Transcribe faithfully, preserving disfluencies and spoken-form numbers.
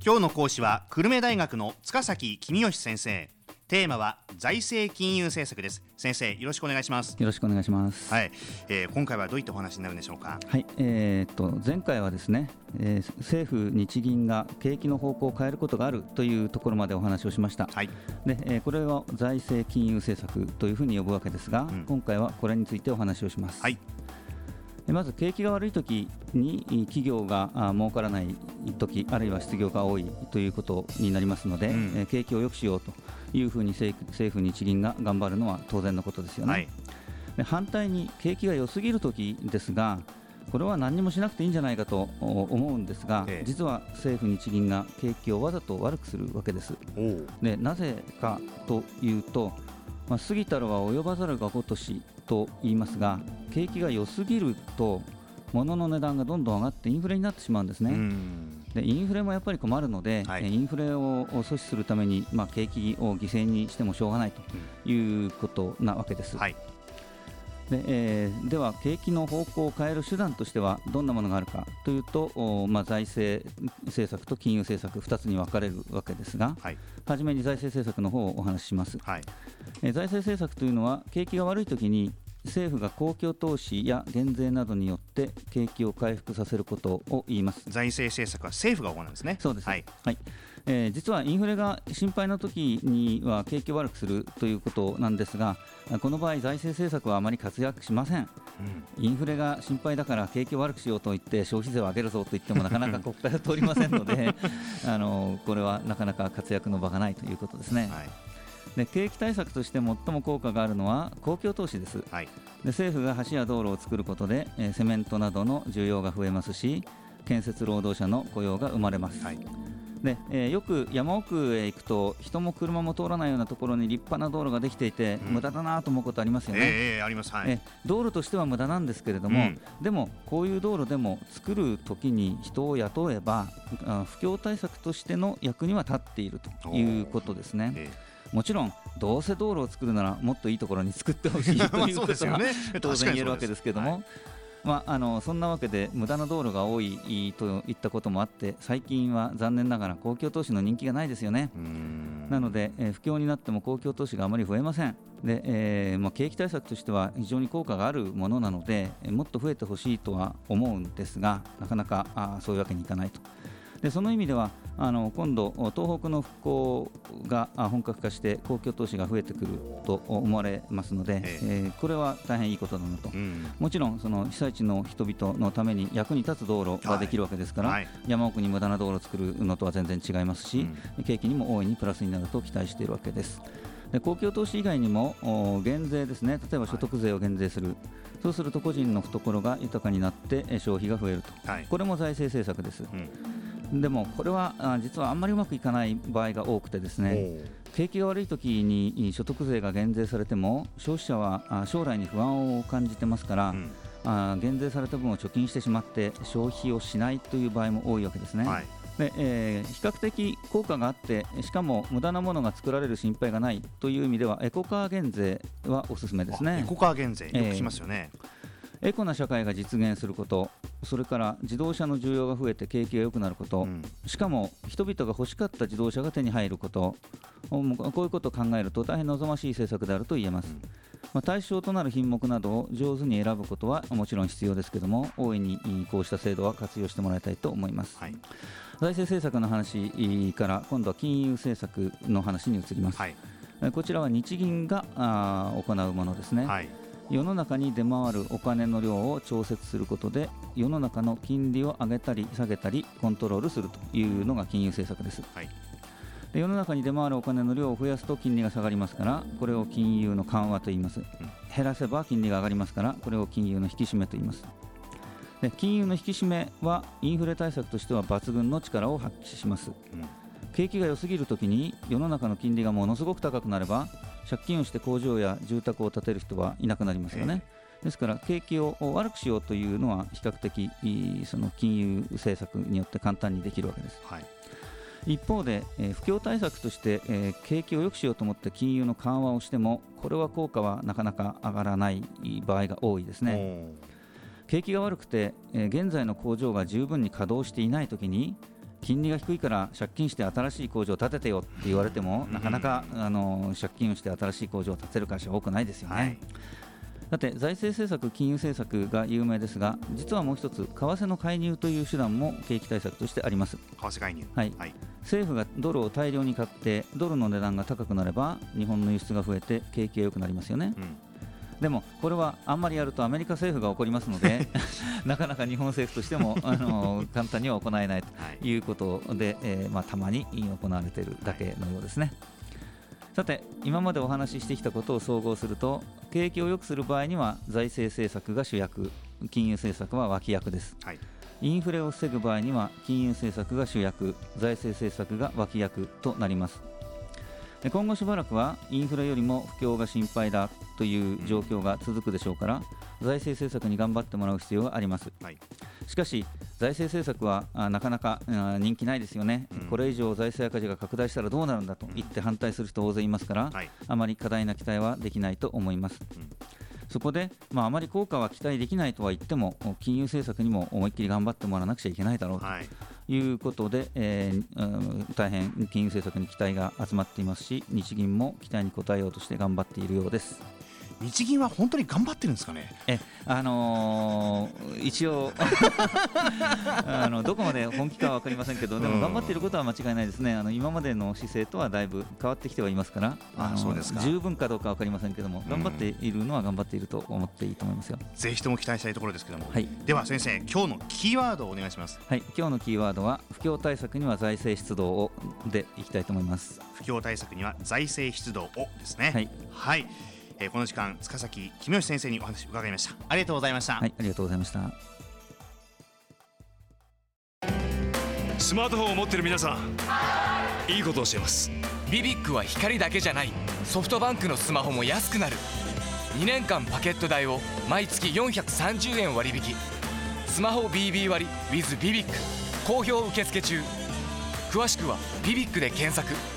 今日の講師は久留米大学の塚崎公義先生。テーマは財政金融政策です。先生、よろしくお願いします。 よろしくお願いします。 はい、えー、今回はどういったお話になるんでしょうか。 はい、えー、っと前回はですね、えー、政府日銀が景気の方向を変えることがあるというところまでお話をしました。 はい、 で、えー、これを財政金融政策というふうに呼ぶわけですが、うん、今回はこれについてお話をします。 はい、 まず景気が悪いときに企業が儲からないとき、あるいは失業が多いということになりますので、うん、景気を良くしようというふうに政府日銀が頑張るのは当然のことですよね。はい、で反対に景気が良すぎるときですが、これは何もしなくていいんじゃないかと思うんですが、ええ、実は政府日銀が景気をわざと悪くするわけです。でなぜかというと、まあ、過ぎたるは及ばざるが如しと言いますが、景気が良すぎると物の値段がどんどん上がってインフレになってしまうんですね。でインフレもやっぱり困るので、はい、インフレを阻止するために、まあ、景気を犠牲にしてもしょうがないということなわけです。はい、で, えー、では景気の方向を変える手段としてはどんなものがあるかというと、まあ、財政政策と金融政策ふたつに分かれるわけですが、はい、はじめに財政政策の方をお話しします。はい、えー、財政政策というのは景気が悪いときに政府が公共投資や減税などによって景気を回復させることを言います。 財政政策は政府が行うんですね。 そうです、 はいはい、えー、実はインフレが心配な時には景気を悪くするということなんですが、この場合財政政策はあまり活躍しません。うん、インフレが心配だから景気を悪くしようと言って消費税を上げるぞと言ってもなかなか国会は通りませんのであのこれはなかなか活躍の場がないということですね。はい、で景気対策として最も効果があるのは公共投資です。はい、で政府が橋や道路を作ることで、えー、セメントなどの需要が増えますし、建設労働者の雇用が生まれます。はい、でえー、よく山奥へ行くと人も車も通らないようなところに立派な道路ができていて、うん、無駄だなと思うことありますよね。 えー、あります。はい、 え道路としては無駄なんですけれども、うん、でもこういう道路でも作るときに人を雇えば不況対策としての役には立っているということですね。えーもちろんどうせ道路を作るならもっといいところに作ってほしいということは当然言えるわけですけれども、まあ、あのそんなわけで無駄な道路が多いといったこともあって、最近は残念ながら公共投資の人気がないですよね。なので、えー、不況になっても公共投資があまり増えません。で、えーまあ、景気対策としては非常に効果があるものなので、もっと増えてほしいとは思うんですが、なかなかあそういうわけにいかないと。でその意味ではあの今度東北の復興が本格化して公共投資が増えてくると思われますので、ええー、これは大変いいことだなと、うん、もちろんその被災地の人々のために役に立つ道路ができるわけですから、はいはい、山奥に無駄な道路を作るのとは全然違いますし、うん、景気にも大いにプラスになると期待しているわけです。で公共投資以外にも減税ですね。例えば所得税を減税する、はい、そうすると個人の懐が豊かになって消費が増えると、はい、これも財政政策です。うん、でもこれは実はあんまりうまくいかない場合が多くてですね、景気が悪い時に所得税が減税されても消費者は将来に不安を感じてますから、うん、あ減税された分を貯金してしまって消費をしないという場合も多いわけですね。はい、でえー、比較的効果があって、しかも無駄なものが作られる心配がないという意味ではエコカー減税はおすすめですね。 エコカー減税よく聞きますよね。えーエコな社会が実現すること、それから自動車の需要が増えて景気が良くなること、うん、しかも人々が欲しかった自動車が手に入ること、こういうことを考えると大変望ましい政策であると言えます。うん、まあ、対象となる品目などを上手に選ぶことはもちろん必要ですけども、大いにこうした制度は活用してもらいたいと思います。はい、財政政策の話から今度は金融政策の話に移ります。はい、こちらは日銀が行うものですね。はい、世の中に出回るお金の量を調節することで世の中の金利を上げたり下げたりコントロールするというのが金融政策です。はい、で世の中に出回るお金の量を増やすと金利が下がりますから、これを金融の緩和と言います。うん、減らせば金利が上がりますから、これを金融の引き締めと言います。で金融の引き締めはインフレ対策としては抜群の力を発揮します。うん、景気が良すぎるときに世の中の金利がものすごく高くなれば、借金をして工場や住宅を建てる人はいなくなりますよね。ですから景気を悪くしようというのは比較的その金融政策によって簡単にできるわけです。はい、一方で、えー、不況対策として、えー、景気を良くしようと思って金融の緩和をしても、これは効果はなかなか上がらない場合が多いですね。景気が悪くて、えー、現在の工場が十分に稼働していないときに金利が低いから借金して新しい工場を建ててよって言われても、なかなかあの借金をして新しい工場を建てる会社は多くないですよね。はい、さて財政政策、金融政策が有名ですが、実はもう一つ為替の介入という手段も景気対策としてあります。 為替介入、 はいはい、政府がドルを大量に買ってドルの値段が高くなれば日本の輸出が増えて景気が良くなりますよね。うん、でもこれはあんまりやるとアメリカ政府が怒りますのでなかなか日本政府としてもあの簡単には行えないということで、えーまあ、たまに行われているだけのようですね。さて今までお話ししてきたことを総合すると、景気を良くする場合には財政政策が主役、金融政策は脇役です。はい、インフレを防ぐ場合には金融政策が主役、財政政策が脇役となります。今後しばらくはインフレよりも不況が心配だという状況が続くでしょうから、財政政策に頑張ってもらう必要があります。はい、しかし財政政策はあなかなかあ人気ないですよね。うん、これ以上財政赤字が拡大したらどうなるんだと言って反対する人大勢いますから、はい、あまり過大な期待はできないと思います。うん、そこで、まあ、あまり効果は期待できないとは言っても、金融政策にも思いっきり頑張ってもらわなくちゃいけないだろうということで、はい、えー、大変金融政策に期待が集まっていますし、日銀も期待に応えようとして頑張っているようです。 日銀は本当に頑張ってるんですかね。 え、あのー、一応あのどこまで本気かは分かりませんけど、でも頑張っていることは間違いないですね。あの今までの姿勢とはだいぶ変わってきてはいますから、あのそうですか。十分かどうかは分かりませんけども、頑張っているのは頑張っていると思っていいと思いますよ。 ぜひとも期待したいところですけども、はい、では先生、今日のキーワードをお願いします。 はい、今日のキーワードは不況対策には財政出動をでいきたいと思います。 不況対策には財政出動をですね。はい、はい、えー、この時間塚崎公義先生にお話を伺いました。ありがとうございました。 はい、ありがとうございました。 スマートフォンを持っている皆さん、いいことを教えます。 ビビックは光だけじゃない、ソフトバンクのスマホも安くなる。にねんかんパケット代を毎月よんひゃくさんじゅうえん割引。スマホ ビービー 割 with ビビック好評受付中。詳しくはビビックで検索。